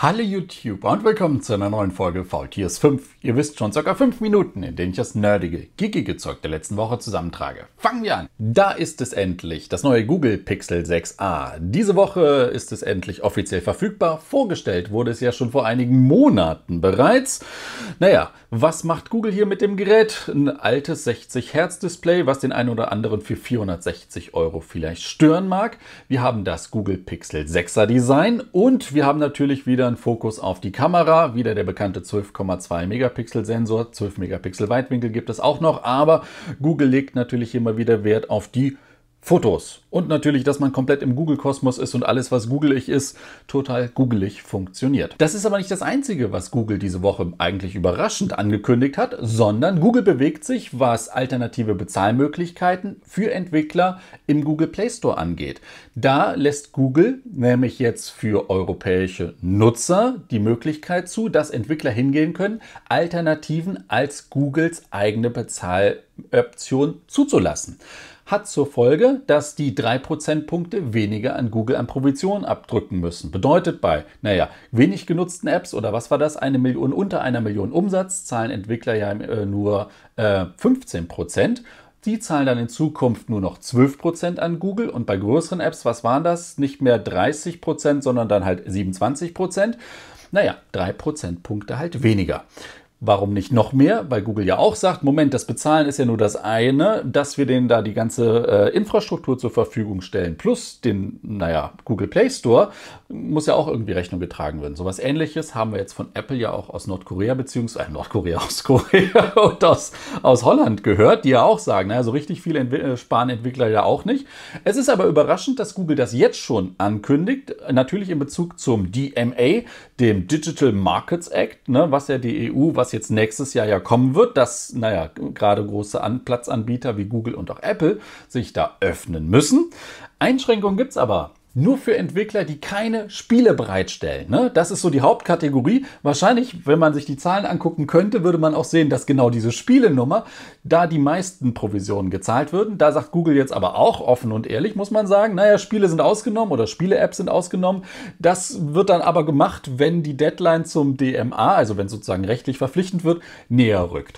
Hallo YouTube und willkommen zu einer neuen Folge Faultiers 5. Ihr wisst schon, ca. 5 Minuten, in denen ich das nerdige, geekige Zeug der letzten Woche zusammentrage. Fangen wir an! Da ist es endlich, das neue Google Pixel 6a. Diese Woche ist es endlich offiziell verfügbar. Vorgestellt wurde es ja schon vor einigen Monaten bereits. Naja, was macht Google hier mit dem Gerät? Ein altes 60 Hertz Display, was den einen oder anderen für 460 € vielleicht stören mag. Wir haben das Google Pixel 6er Design und wir haben natürlich wieder einen Fokus auf die Kamera. Wieder der bekannte 12,2 Megapixel Sensor. 12 Megapixel Weitwinkel gibt es auch noch, aber Google legt natürlich immer wieder Wert auf die Fotos. Und natürlich, dass man komplett im Google-Kosmos ist und alles, was googelig ist, total googelig funktioniert. Das ist aber nicht das Einzige, was Google diese Woche eigentlich überraschend angekündigt hat, sondern Google bewegt sich, was alternative Bezahlmöglichkeiten für Entwickler im Google Play Store angeht. Da lässt Google nämlich jetzt für europäische Nutzer die Möglichkeit zu, dass Entwickler hingehen können, Alternativen als Googles eigene Bezahloption zuzulassen. Hat zur Folge, dass die 3 Prozentpunkte weniger an Google an Provision abdrücken müssen. Bedeutet bei, wenig genutzten Apps oder was war das, unter 1 Million Umsatz, zahlen Entwickler ja nur 15%. Die zahlen dann in Zukunft nur noch 12% an Google und bei größeren Apps, was waren das? Nicht mehr 30%, sondern dann halt 27%. 3 Prozentpunkte halt weniger. Warum nicht noch mehr? Weil Google ja auch sagt, Moment, das Bezahlen ist ja nur das eine, dass wir denen da die ganze Infrastruktur zur Verfügung stellen, plus den, Google Play Store, muss ja auch irgendwie Rechnung getragen werden. Sowas Ähnliches haben wir jetzt von Apple ja auch aus Nordkorea, beziehungsweise aus Korea und aus Holland gehört, die ja auch sagen, so richtig viele sparen Entwickler ja auch nicht. Es ist aber überraschend, dass Google das jetzt schon ankündigt, natürlich in Bezug zum DMA, dem Digital Markets Act, was ja die EU, was jetzt nächstes Jahr ja kommen wird, dass, gerade große Platzanbieter wie Google und auch Apple sich da öffnen müssen. Einschränkungen gibt es aber nur für Entwickler, die keine Spiele bereitstellen. Das ist so die Hauptkategorie. Wahrscheinlich, wenn man sich die Zahlen angucken könnte, würde man auch sehen, dass genau diese Spielenummer, da die meisten Provisionen gezahlt würden. Da sagt Google jetzt aber auch offen und ehrlich, muss man sagen, Spiele sind ausgenommen oder Spiele-Apps sind ausgenommen. Das wird dann aber gemacht, wenn die Deadline zum DMA, also wenn es sozusagen rechtlich verpflichtend wird, näher rückt.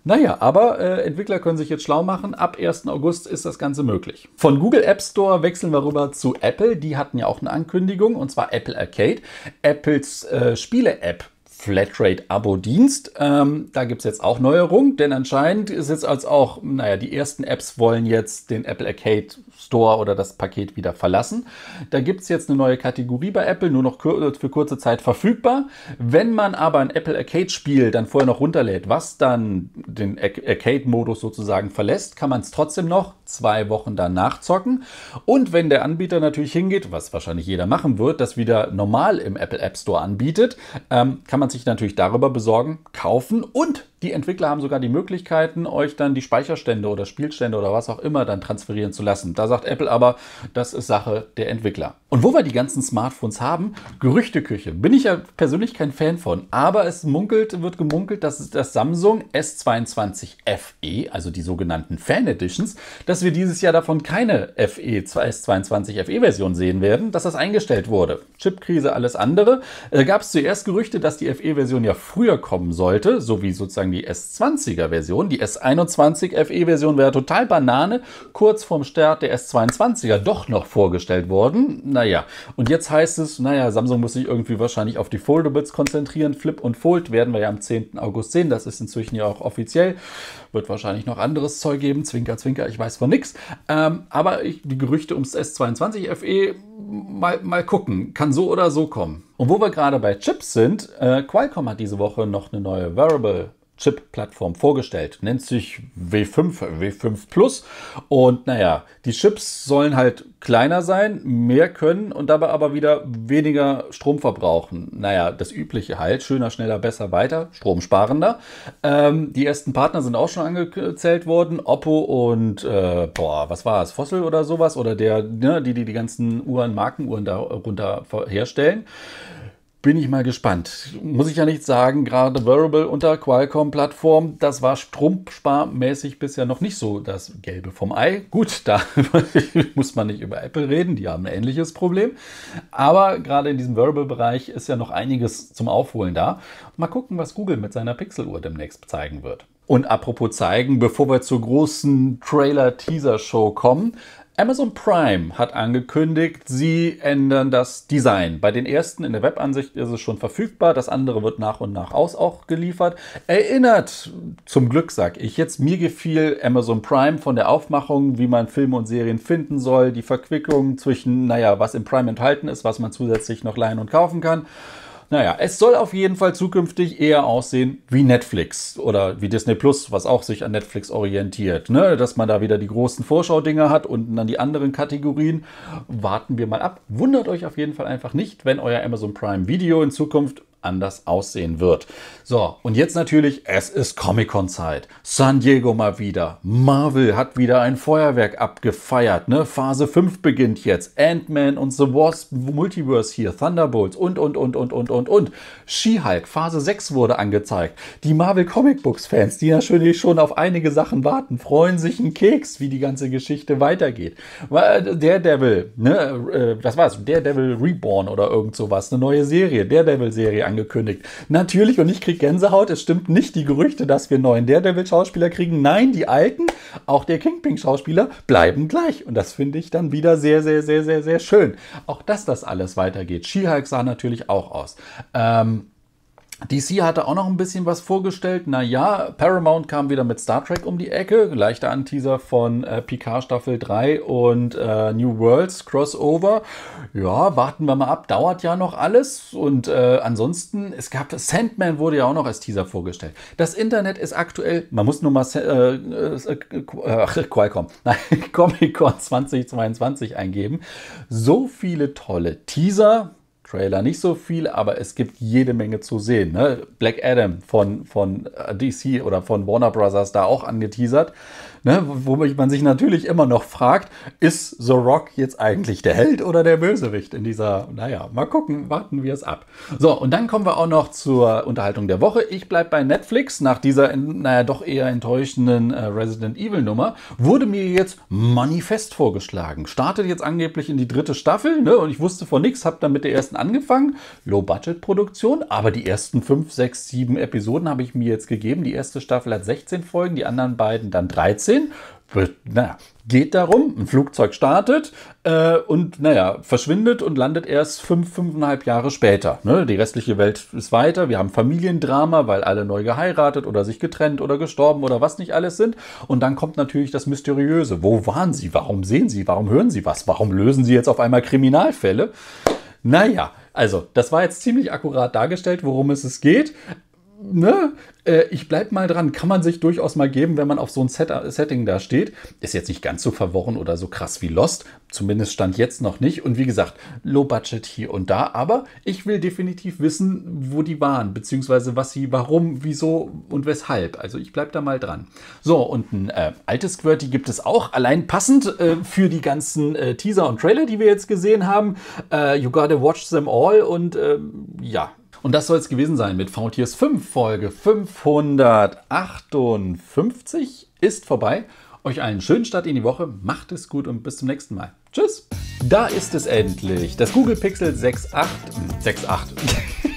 Aber Entwickler können sich jetzt schlau machen. Ab 1. August ist das Ganze möglich. Von Google App Store wechseln wir rüber zu Apple. Die hatten ja auch eine Ankündigung, und zwar Apple Arcade. Apples Spiele-App. Flatrate-Abo-Dienst. Da gibt es jetzt auch Neuerungen, denn anscheinend ist jetzt als auch, die ersten Apps wollen jetzt den Apple Arcade Store oder das Paket wieder verlassen. Da gibt es jetzt eine neue Kategorie bei Apple, nur noch für kurze Zeit verfügbar. Wenn man aber ein Apple Arcade-Spiel dann vorher noch runterlädt, was dann den Arcade-Modus sozusagen verlässt, kann man es trotzdem noch 2 Wochen danach zocken. Und wenn der Anbieter natürlich hingeht, was wahrscheinlich jeder machen wird, das wieder normal im Apple App Store anbietet, kann man sich natürlich darüber besorgen, kaufen, und die Entwickler haben sogar die Möglichkeiten, euch dann die Speicherstände oder Spielstände oder was auch immer dann transferieren zu lassen. Da sagt Apple aber, das ist Sache der Entwickler. Und wo wir die ganzen Smartphones haben, Gerüchteküche, bin ich ja persönlich kein Fan von, aber es wird gemunkelt, dass das Samsung S22 FE, also die sogenannten Fan Editions, dass wir dieses Jahr davon keine S22 FE Version sehen werden, dass das eingestellt wurde. Chipkrise, alles andere. Gab es zuerst Gerüchte, dass die FE-Version ja früher kommen sollte, so wie sozusagen die S20er-Version. Die S21 FE-Version wäre total Banane, kurz vorm Start der S22er doch noch vorgestellt worden. Und jetzt heißt es, Samsung muss sich irgendwie wahrscheinlich auf die Foldables konzentrieren. Flip und Fold werden wir ja am 10. August sehen. Das ist inzwischen ja auch offiziell. Wird wahrscheinlich noch anderes Zeug geben. Zwinker, zwinker, ich weiß von nichts. Aber die Gerüchte ums S22 FE, mal gucken. Kann so oder so kommen. Und wo wir gerade bei Chips sind, Qualcomm hat diese Woche noch eine neue Wearable Chip-Plattform vorgestellt. Nennt sich W5 Plus. Und die Chips sollen halt kleiner sein, mehr können und dabei aber wieder weniger Strom verbrauchen. Das Übliche halt. Schöner, schneller, besser, weiter. Stromsparender. Die ersten Partner sind auch schon angezählt worden. Oppo und, was war es? Fossil oder sowas? Oder die ganzen Markenuhren darunter herstellen. bin ich mal gespannt. Muss ich ja nicht sagen, gerade Wearable unter Qualcomm-Plattform, das war stromsparmäßig bisher noch nicht so das Gelbe vom Ei. Gut, da muss man nicht über Apple reden, die haben ein ähnliches Problem. Aber gerade in diesem Wearable-Bereich ist ja noch einiges zum Aufholen da. Mal gucken, was Google mit seiner Pixel-Uhr demnächst zeigen wird. Und apropos zeigen, bevor wir zur großen Trailer-Teaser-Show kommen, Amazon Prime hat angekündigt, sie ändern das Design. Bei den ersten in der Webansicht ist es schon verfügbar, das andere wird nach und nach auch geliefert. Erinnert, zum Glück sag ich jetzt, mir gefiel Amazon Prime von der Aufmachung, wie man Filme und Serien finden soll, die Verquickung zwischen, naja, was im Prime enthalten ist, was man zusätzlich noch leihen und kaufen kann. Naja, es soll auf jeden Fall zukünftig eher aussehen wie Netflix oder wie Disney Plus, was auch sich an Netflix orientiert. Ne? Dass man da wieder die großen Vorschau-Dinger hat und dann die anderen Kategorien. Warten wir mal ab. Wundert euch auf jeden Fall einfach nicht, wenn euer Amazon Prime Video in Zukunft anders aussehen wird. So, und jetzt natürlich, es ist Comic-Con-Zeit. San Diego mal wieder. Marvel hat wieder ein Feuerwerk abgefeiert. Ne? Phase 5 beginnt jetzt. Ant-Man und The Wasp Multiverse hier. Thunderbolts und. She-Hulk, Phase 6 wurde angezeigt. Die Marvel Comic Books-Fans, die natürlich schon auf einige Sachen warten, freuen sich einen Keks, wie die ganze Geschichte weitergeht. Daredevil, ne? Was war es? Daredevil Reborn oder irgend sowas. Eine neue Serie. Daredevil-Serie angekündigt. Natürlich, und ich kriege Gänsehaut, es stimmt nicht die Gerüchte, dass wir einen neuen Daredevil-Schauspieler kriegen. Nein, die alten, auch der Kingpin-Schauspieler, bleiben gleich. Und das finde ich dann wieder sehr, sehr, sehr, sehr, sehr schön. Auch dass das alles weitergeht. She-Hulk sah natürlich auch aus. DC hatte auch noch ein bisschen was vorgestellt. Naja, Paramount kam wieder mit Star Trek um die Ecke. Leichter Anteaser von Picard Staffel 3 und New Worlds Crossover. Ja, warten wir mal ab. Dauert ja noch alles. Und ansonsten, Sandman wurde ja auch noch als Teaser vorgestellt. Das Internet ist aktuell, man muss nur mal Qualcomm, nein, Comic-Con 2022 eingeben. So viele tolle Teaser. Trailer nicht so viel, aber es gibt jede Menge zu sehen. Ne? Black Adam von DC oder von Warner Bros. Da auch angeteasert. Ne? Wo man sich natürlich immer noch fragt, ist The Rock jetzt eigentlich der Held oder der Bösewicht in dieser, naja, mal gucken, warten wir es ab. So, und dann kommen wir auch noch zur Unterhaltung der Woche. Ich bleibe bei Netflix. Nach dieser, naja, doch eher enttäuschenden Resident Evil Nummer wurde mir jetzt Manifest vorgeschlagen. Startet jetzt angeblich in die 3. Staffel, ne? Und ich wusste von nichts, habe dann mit der ersten angefangen. Low-Budget-Produktion, aber die ersten 5, 6, 7 Episoden habe ich mir jetzt gegeben. Die erste Staffel hat 16 Folgen, die anderen beiden dann 13. Naja, geht darum, ein Flugzeug startet und naja, verschwindet und landet erst 5,5 Jahre später. Ne? Die restliche Welt ist weiter. Wir haben Familiendrama, weil alle neu geheiratet oder sich getrennt oder gestorben oder was nicht alles sind. Und dann kommt natürlich das Mysteriöse. Wo waren sie? Warum sehen sie? Warum hören sie was? Warum lösen sie jetzt auf einmal Kriminalfälle? Naja, also das war jetzt ziemlich akkurat dargestellt, worum es geht. Ne? Ich bleib mal dran, kann man sich durchaus mal geben, wenn man auf so ein Setting da steht. Ist jetzt nicht ganz so verworren oder so krass wie Lost, zumindest stand jetzt noch nicht. Und wie gesagt, Low Budget hier und da, aber ich will definitiv wissen, wo die waren, beziehungsweise was sie, warum, wieso und weshalb. Also ich bleib da mal dran. So, und ein altes Squirty gibt es auch, allein passend für die ganzen Teaser und Trailer, die wir jetzt gesehen haben. You gotta watch them all und ja. Und das soll es gewesen sein mit VTS 5. Folge 558 ist vorbei. Euch einen schönen Start in die Woche. Macht es gut und bis zum nächsten Mal. Tschüss. Da ist es endlich. Das Google Pixel 6.8.